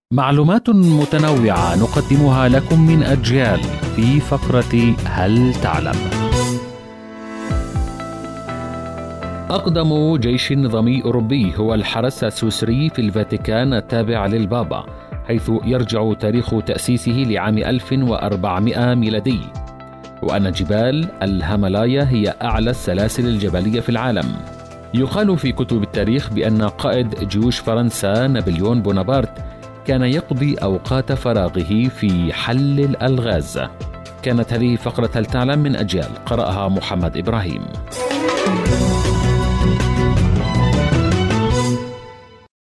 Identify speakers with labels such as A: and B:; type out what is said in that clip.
A: معلومات متنوعة نقدمها لكم من أجيال في فقرة هل تعلم؟ أقدم جيش نظامي أوروبي هو الحرس السويسري في الفاتيكان التابع للبابا، حيث يرجع تاريخ تأسيسه لعام 1400 ميلادي، وأن جبال الهيمالايا هي أعلى السلاسل الجبلية في العالم. يقال في كتب التاريخ بأن قائد جيوش فرنسا نابليون بونابرت كان يقضي أوقات فراغه في حل الألغاز. كانت هذه فقرة هل تعلم من أجيال، قرأها محمد إبراهيم.